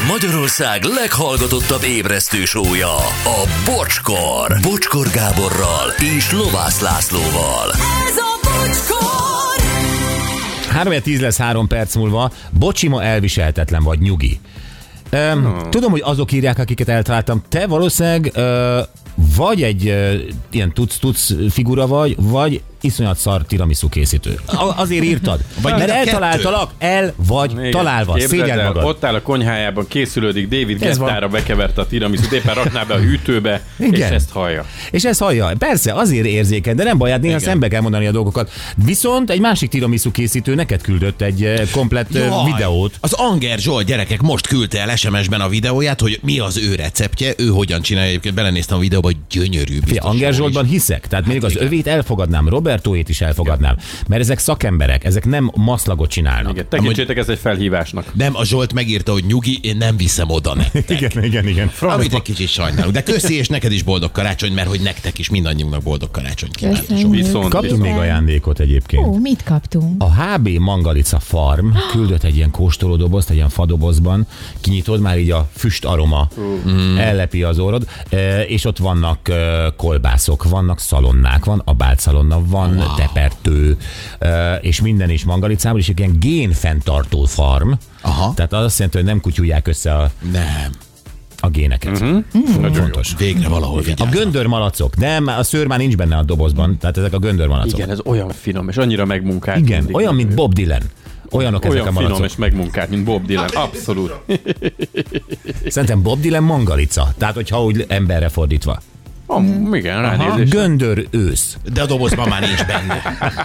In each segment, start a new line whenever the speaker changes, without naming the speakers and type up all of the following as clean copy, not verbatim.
Magyarország leghallgatottabb ébresztő show-ja, a Bocskor. Bocskor Gáborral és Lovász Lászlóval.
Ez a Bocskor!
3-10 lesz 3 perc múlva. Bocsi, ma elviselhetetlen vagy, nyugi. Tudom, hogy azok írják, akiket eltaláltam. Te valószínűleg vagy egy ilyen tuc figura vagy iszonyat szar tiramisu készítő. Azért írtad. Mert eltaláltalak, vagy igen, találva. Szégyeld magad.
Ott áll a konyhájában, készülődik, David Guettára bekeverte a tiramisut, éppen rakná be a hűtőbe, igen. És ezt hallja. Persze, azért érzékeny, de nem baj, hát néha szembe kell mondani a dolgokat. Viszont egy másik tiramisu készítő neked küldött egy komplett videót.
Az Anger Zsolt, gyerekek, most küldte el SMS-ben a videóját, hogy mi az ő receptje, ő hogyan csinálja. Egyébként belenéztem a videóba, hogy gyönyörű.
Anger Zsoltban hiszek, tehát még az övét elfogadnám, Robertóét is elfogadnám, mert ezek szakemberek, ezek nem maszlagot csinálnak.
Igen, tekintsétek ezt egy felhívásnak.
Nem, a Zsolt megírta, hogy nyugi, én nem viszem oda nektek.
Igen.
Amit egy kicsit sajnálunk. De köszi, és neked is boldog karácsony, mert hogy nektek is mindannyiunknak boldog karácsony kívánok.
Kaptunk még ajándékot egyébként.
Mit kaptunk?
A HB Mangalica Farm küldött egy ilyen kóstolódobozt, egy ilyen fadobozban, kinyitod, már így a füst aroma ellepi az orrod, és ott vannak kolbászok, vannak szalonnák, van abáltszalonna, van tepertő, és minden is Mangalicából, és egy ilyen génfenntartó farm. Aha. Tehát az azt jelenti, hogy nem kutyulják össze a géneket. Nagyon fontos.
Végre valahol vigyáznak.
A göndörmalacok. Nem, a szőr már nincs benne a dobozban, tehát ezek a göndörmalacok.
Igen, ez olyan finom, és annyira megmunkált.
Igen, mindig, olyan, mint Bob Dylan. Olyanok ezek a malacok.
Finom és megmunkált, mint Bob Dylan. Abszolút.
Szerintem Bob Dylan Mangalica. Tehát, hogyha úgy emberre fordítva.
Igen, ránézés.
Göndör ősz.
De a dobozban már nincs benne.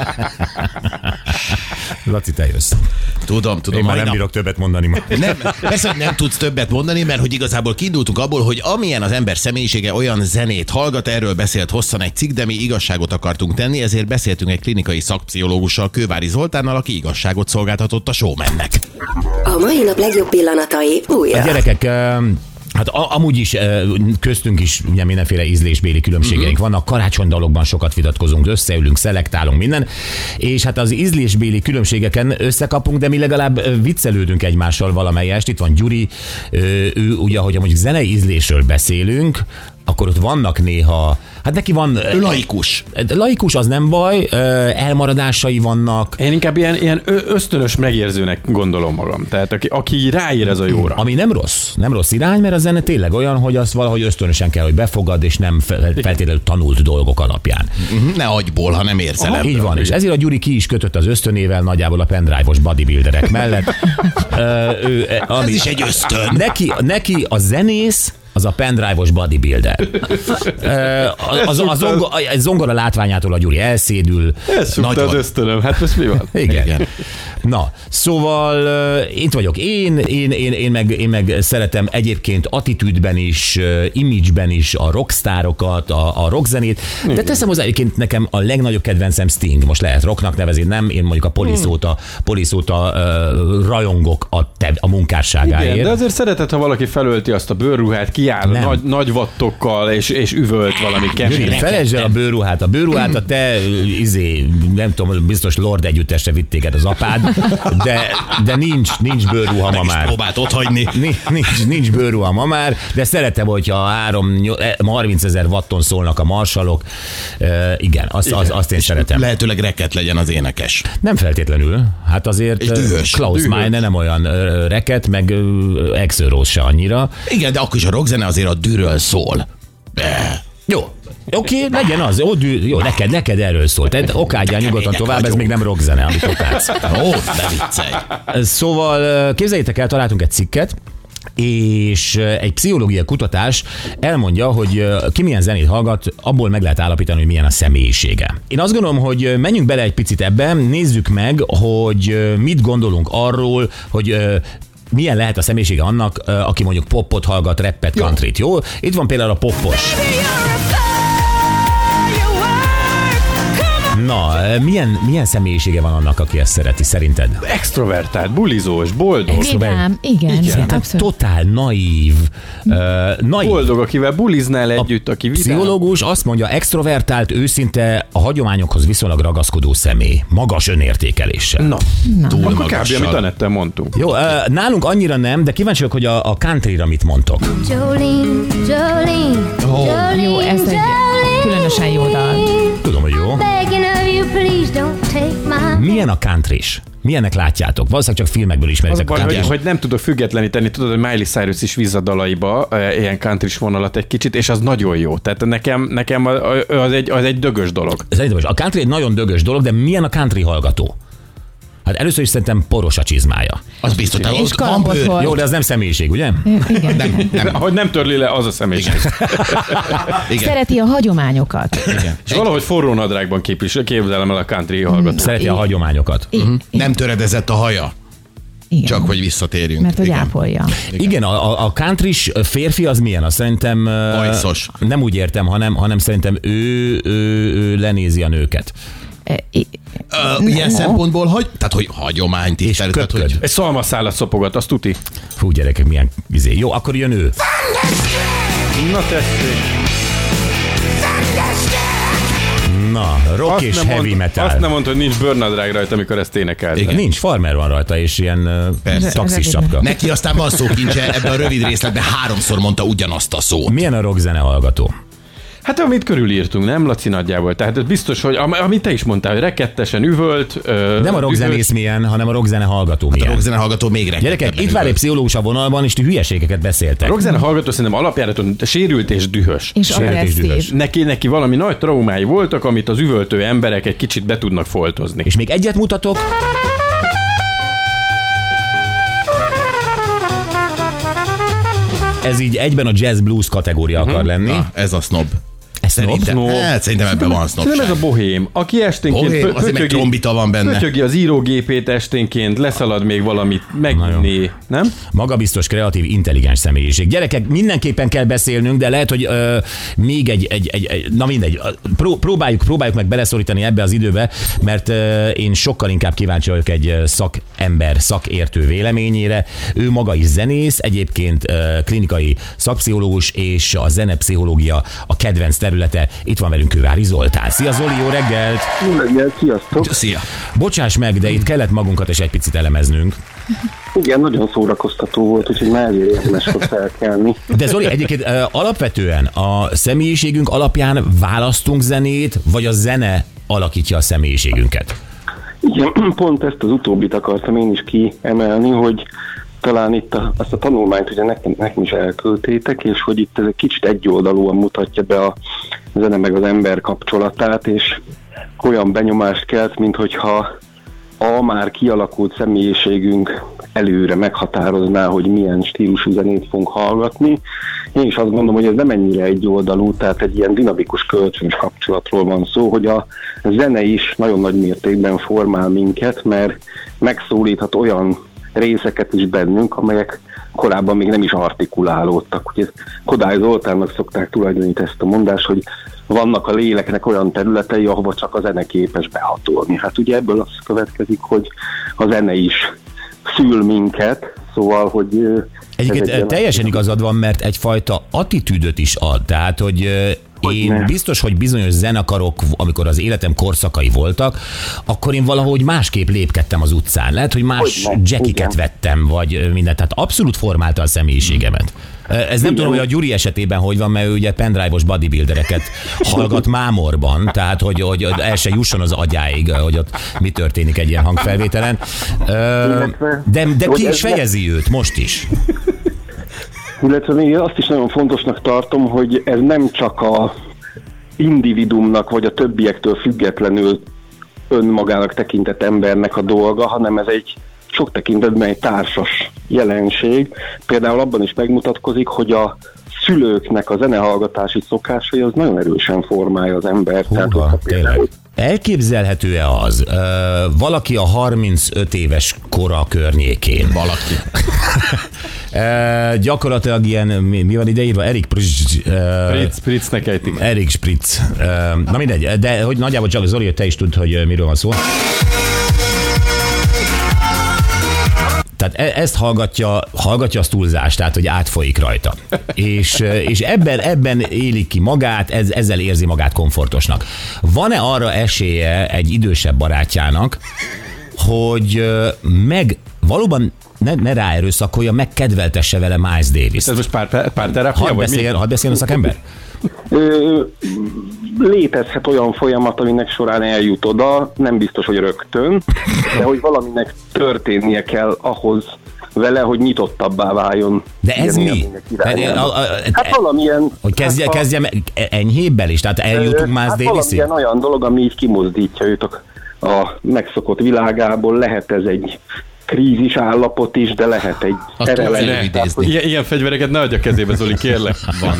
Laci, te jössz.
Tudom.
Én már nem bírok többet mondani ma.
Nem, persze, nem tudsz többet mondani, mert hogy igazából kiindultunk abból, hogy amilyen az ember személyisége, olyan zenét hallgat, erről beszélt hosszan egy cikk, de mi igazságot akartunk tenni, ezért beszéltünk egy klinikai szakpszichológussal, Kővári Zoltánnal, aki igazságot szolgáltatott a showmannek.
A mai nap legjobb pillanatai újra.
A gyerekek... Hát amúgy is köztünk is ugye mindenféle ízlésbéli különbségeink vannak, karácsonydalokban sokat vitatkozunk, összeülünk, szelektálunk minden, és hát az ízlésbéli különbségeken összekapunk, de mi legalább viccelődünk egymással valamelyest. Itt van Gyuri, ő ugye, hogyha mondjuk zenei ízlésről beszélünk, akkor ott vannak néha, hát neki van...
Laikus.
Laikus, az nem baj, elmaradásai vannak.
Én inkább ilyen ösztönös megérzőnek gondolom magam. Tehát aki ráír ez a jóra.
Ami nem rossz irány, mert a zene tényleg olyan, hogy azt valahogy ösztönösen kell, hogy befogad, és nem feltétlenül tanult dolgok alapján.
Ne agyból, hanem érzelemből.
Így van, és ezért a Gyuri ki is kötött az ösztönével nagyjából a pendrive-os bodybuilderek mellett.
Ez is egy ösztön.
Neki a zenész, az a pendrive-os bodybuilder. A zongora látványától a Gyuri elszédül.
Ez súgta az ösztönöm, hát most mi van?
Igen. Na, szóval itt vagyok én meg szeretem egyébként attitűdben is, image-ben is a rockstárokat, a rockzenét, de teszem hozzá, egyébként nekem a legnagyobb kedvencem Sting, most lehet rocknak nevezni, nem? Én mondjuk a Police-óta rajongok a munkásságáért. Igen,
de azért szereted, ha valaki felölti azt a bőrruhát, kiáll nagy vattokkal, és üvölt valami kemény.
Felejtsd el a bőrruhát a te nem tudom, biztos Lord együttesre vitt téged az apád, de nincs bőrruha ma már.
Próbált otthagyni.
Nincs bőrruha ma már, de szeretem, hogyha 30 000 watton szólnak a marsalok. Igen, azt én szeretem.
Lehetőleg reket legyen az énekes.
Nem feltétlenül. Hát azért Klaus Meine nem olyan reket, meg Axl Rose se annyira.
Igen, de akkor is a rockzene azért a dűről szól.
Jó. Oké, legyen az. Jó, neked erről szól. Tehát okádjál nyugodtan tovább, ez még nem rockzene, amit okádsz.
Ó, ne viccelj.
Szóval képzeljétek el, találtunk egy cikket, és egy pszichológiai kutatás elmondja, hogy ki milyen zenét hallgat, abból meg lehet állapítani, hogy milyen a személyisége. Én azt gondolom, hogy menjünk bele egy picit ebbe, nézzük meg, hogy mit gondolunk arról, hogy milyen lehet a személyisége annak, aki mondjuk popot hallgat, rappet, countryt, jó? Itt van például a popos. Na, milyen személyisége van annak, aki ezt szereti, szerinted?
Extrovertált, bulizós, boldog.
Vidám, igen, abszolút.
Totál naív.
Boldog, akivel buliznál együtt, aki vidám.
Pszichológus azt mondja, extrovertált, őszinte, a hagyományokhoz viszonylag ragaszkodó személy. Magas önértékeléssel.
Na. Akkor kb. Amit Anettel mondtunk.
Jó, nálunk annyira nem, de kíváncsi vagyok, hogy a countryra mit mondtok.
Jó, ez egy különösen jó dal.
Tudom, hogy jó. Milyen a countrys? Milyennek látjátok? Valószínűleg csak filmekből ismeritek a countryt.
Hogy nem tudok függetleníteni, tudod, hogy Miley Cyrus is víz a dalaiba ilyen countrys vonalat egy kicsit, és az nagyon jó. Tehát nekem az egy dögös dolog.
A country egy nagyon dögös dolog, de milyen a country hallgató? Hát először is szerintem poros a csizmája.
Az biztos, hogy
és kalapot volt.
Jó, de ez nem személyiség, ugye?
Igen.
Nem.
Hogy nem törli le, az a személyiség.
Igen.
Szereti a hagyományokat.
Igen.
És valahogy forró nadrágban képzelem el a country hallgatót.
Szereti a hagyományokat.
Nem töredezett a haja.
Igen.
Csak hogy visszatérjünk.
Mert hogy
Igen.
ápolja.
Igen, a countrys férfi az milyen? Azt szerintem
Bajszos.
nem úgy értem, hanem szerintem ő lenézi a nőket.
Ilyen szempontból, tehát hogy hagyományt is.
köpköd.
Hogy...
Egy szalmaszálat szopogat, azt tuti.
Fú, gyerekek, milyen izé. Jó, akkor jön ő.
Na tessék.
Na, rock és heavy metal.
Azt nem mondta, hogy nincs bőrnadrág rajta, amikor ezt énekelte.
Igen. Nincs, farmer van rajta, és ilyen taxis sapka.
Neki aztán van szókincse, ebben a rövid részletben 3-szor mondta ugyanazt a szót.
Milyen a rockzene hallgató?
Hát amit körülírtunk, nem, Laci nagyjából? Tehát ez biztos, hogy amit te is mondtál, hogy rekettesen üvölt.
Nem a rockzenész milyen, hanem a rockzene hallgató milyen.
A rockzene hallgató még
Gyerekek, itt vár egy pszichológus a vonalban, és ti hülyeségeket beszéltek.
A rockzene hallgató szerintem alapjáraton sérült és dühös.
És agresszív.
Neki valami nagy traumái voltak, amit az üvöltő emberek egy kicsit be tudnak foltozni.
És még egyet mutatok. Ez így egyben a jazz blues kategória akar lenni.
Na, ez a snob.
Szerintem.
Szerintem ebben van sznobság.
Nem ez a bohém, aki esténként
azért meg trombita van benne.
pötyögi az írógépét esténként, leszalad még valamit meginni, nem?
Magabiztos, kreatív, intelligens személyiség. Gyerekek, mindenképpen kell beszélnünk, de lehet, hogy még na mindegy, próbáljuk meg beleszorítani ebbe az időbe, mert én sokkal inkább kíváncsi vagyok egy szakértő véleményére. Ő maga is zenész, egyébként klinikai szakpszichológus, és a zenepszichológia a kedvenc területe. Itt van velünk Kővári Zoltán. Szia Zoli, jó reggelt!
Jó reggelt, sziasztok!
Szia!
Bocsáss meg, de itt kellett magunkat is egy picit elemeznünk.
Igen, nagyon szórakoztató volt, úgyhogy már ezért érdemes volt felkelni.
De Zoli, egyébként alapvetően a személyiségünk alapján választunk zenét, vagy a zene alakítja a személyiségünket?
Igen, pont ezt az utóbbit akartam én is kiemelni, hogy talán itt azt a tanulmányt ugye nekem is elküldtétek, és hogy itt ez egy kicsit egyoldalúan mutatja be a zene meg az ember kapcsolatát, és olyan benyomást kelt, minthogyha a már kialakult személyiségünk előre meghatározná, hogy milyen stílusú zenét fogunk hallgatni. Én is azt gondolom, hogy ez nem ennyire egyoldalú, tehát egy ilyen dinamikus kölcsönös kapcsolatról van szó, hogy a zene is nagyon nagy mértékben formál minket, mert megszólíthat olyan részeket is bennünk, amelyek korábban még nem is artikulálódtak. Ugye Kodály Zoltánnak szokták tulajdonítani ezt a mondást, hogy vannak a léleknek olyan területei, ahova csak a zene képes behatolni. Hát ugye ebből az következik, hogy a zene is szül minket, szóval, hogy...
Egyébként teljesen igazad van, mert egyfajta attitűdöt is ad, tehát, hogy én biztos, hogy bizonyos zenekarok, amikor az életem korszakai voltak, akkor én valahogy másképp lépkedtem az utcán. Lehet, hogy más jackiket vettem, vagy mindent. Tehát abszolút formálta a személyiségemet. Ez nem tudom, hogy a Gyuri esetében hogy van, mert ő ugye pendrive-os bodybuildereket hallgat mámorban, tehát hogy el se jusson az agyáig, hogy ott mi történik egy ilyen hangfelvételen. De ki is fejezi őt most is.
Illetve még azt is nagyon fontosnak tartom, hogy ez nem csak a individumnak vagy a többiektől függetlenül önmagának tekintett embernek a dolga, hanem ez egy sok tekintetben egy társas jelenség. Például abban is megmutatkozik, hogy a szülőknek a zenehallgatási szokásai az nagyon erősen formálja az embert.
Húha, tényleg. elképzelhető-e az, valaki a 35 éves kora környékén.
Valaki.
Gyakorlatilag ilyen, mi van ideírva? Erik
Spritznek ejtik.
Erik Spritz. Na mindegy, de hogy nagyjából csak Zoli, te is tudd, hogy miről van szó. Tehát ezt hallgatja az túlzás, tehát hogy átfolyik rajta. És ebben élik ki magát, ezzel érzi magát komfortosnak. Van-e arra esélye egy idősebb barátjának, hogy valóban ne ráerőszakolja, megkedveltesse vele Miles Davis?
Ez most párterápia, vagy mi?
Hadd beszéljen a szakember?
Létezhet olyan folyamat, aminek során eljut oda, nem biztos, hogy rögtön, de hogy valaminek történnie kell ahhoz vele, hogy nyitottabbá váljon.
De ez mi?
Hát valamilyen...
Hogy kezdjem enyhébbel is, tehát eljutunk Miles Davisig?
Valamilyen olyan dolog, ami így kimozdítja őt a megszokott világából, lehet ez egy krízis állapot is, de lehet egy terelem.
Ilyen fegyvereket ne adj a kezébe, Zoli, kérlek.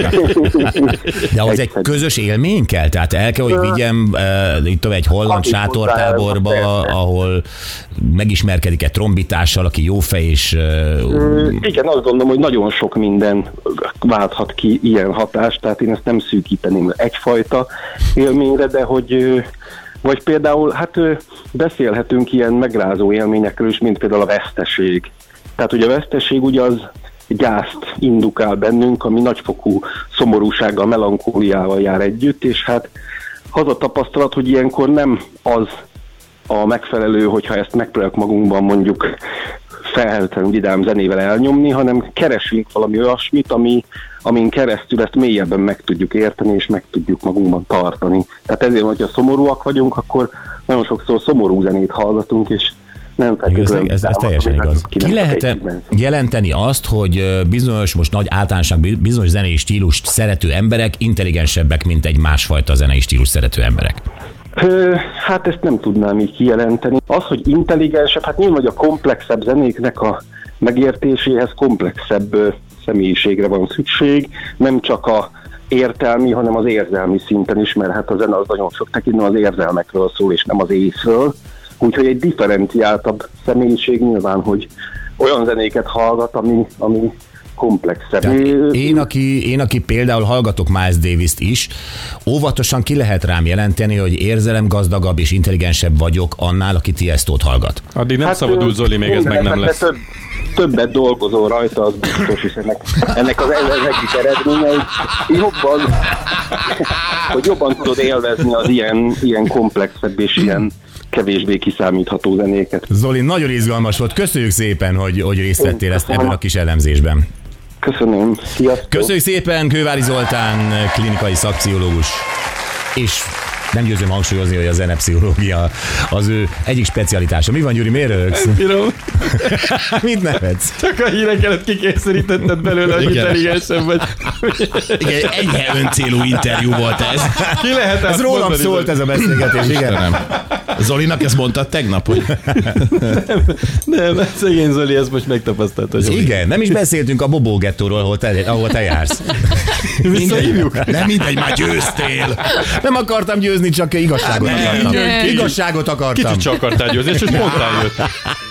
De az egy közös élmény kell? Tehát el kell, hogy vigyem itt egy holland sátortáborba, ahol megismerkedik egy trombitással, aki jó fej, és...
Igen, azt gondolom, hogy nagyon sok minden válthat ki ilyen hatást, tehát én ezt nem szűkíteném egyfajta élményre, de hogy... Vagy például, beszélhetünk ilyen megrázó élményekről is, mint például a veszteség. Tehát ugye a veszteség ugye az gyászt indukál bennünk, ami nagyfokú szomorúsággal, melankóliával jár együtt, és hát az a tapasztalat, hogy ilyenkor nem az a megfelelő, hogyha ezt megpróbáljuk magunkban mondjuk felheltetlenül vidám zenével elnyomni, hanem keresünk valami olyasmit, amin keresztül ezt mélyebben meg tudjuk érteni, és meg tudjuk magunkban tartani. Tehát ezért, hogyha szomorúak vagyunk, akkor nagyon sokszor szomorú zenét hallgatunk, és nem feltétlenül...
Ez teljesen igaz. Ki lehet jelenteni azt, hogy bizonyos, most nagy általánosan bizonyos zenei stílust szerető emberek intelligensebbek, mint egy másfajta zenei stílus szerető emberek?
Hát ezt nem tudnám így kijelenteni. Az, hogy intelligensebb, hát nyilván, hogy a komplexebb zenéknek a megértéséhez komplexebb személyiségre van szükség, nem csak a értelmi, hanem az érzelmi szinten is, mert hát a zene az nagyon sok tekintetben az érzelmekről szól, és nem az észről. Úgyhogy egy differenciáltabb személyiség nyilván, hogy olyan zenéket hallgat, ami komplexebb.
Én, aki például hallgatok Miles Davist is, óvatosan ki lehet rám jelenteni, hogy érzelemgazdagabb és intelligensebb vagyok annál, aki Tiestót hallgat.
Addig nem szabadul, Zoli, még ez meg nem lesz.
Többet dolgozol rajta, az biztos, és ennek az egyik eredménye, hogy jobban tudod élvezni az ilyen komplexebb és ilyen kevésbé kiszámítható zenéket.
Zoli, nagyon izgalmas volt. Köszönjük szépen, hogy részt vettél ebben a kis elemzésben.
Köszönöm. Sziasztok.
Köszönjük szépen, Kővári Zoltán, klinikai szakpszichológus. És nem győzöm hangsúlyozni, hogy a zenepszichológia az ő egyik specialitása. Mi van, Gyuri, miért rögsz? Mit nevetsz?
Csak a hírek előtt kikényszerítetted belőle, hogy intelligensebb vagy.
Igen, enyhe öncélú interjú volt ez.
Ki lehet
ez rólam mondani, szólt ez a beszélgetés, igen.
Nem. Zolinak ezt mondtad tegnap, hogy...
Nem, szegény Zoli, ezt most megtapasztalta.
Igen, nem is beszéltünk a Bobó gettóról, ahol te jársz.
Nem
mindegy, már győztél.
Nem akartam győzni, csak igazságot akartam. Igazságot akartam.
Kicsit csak akartál győzni, és spontán jött.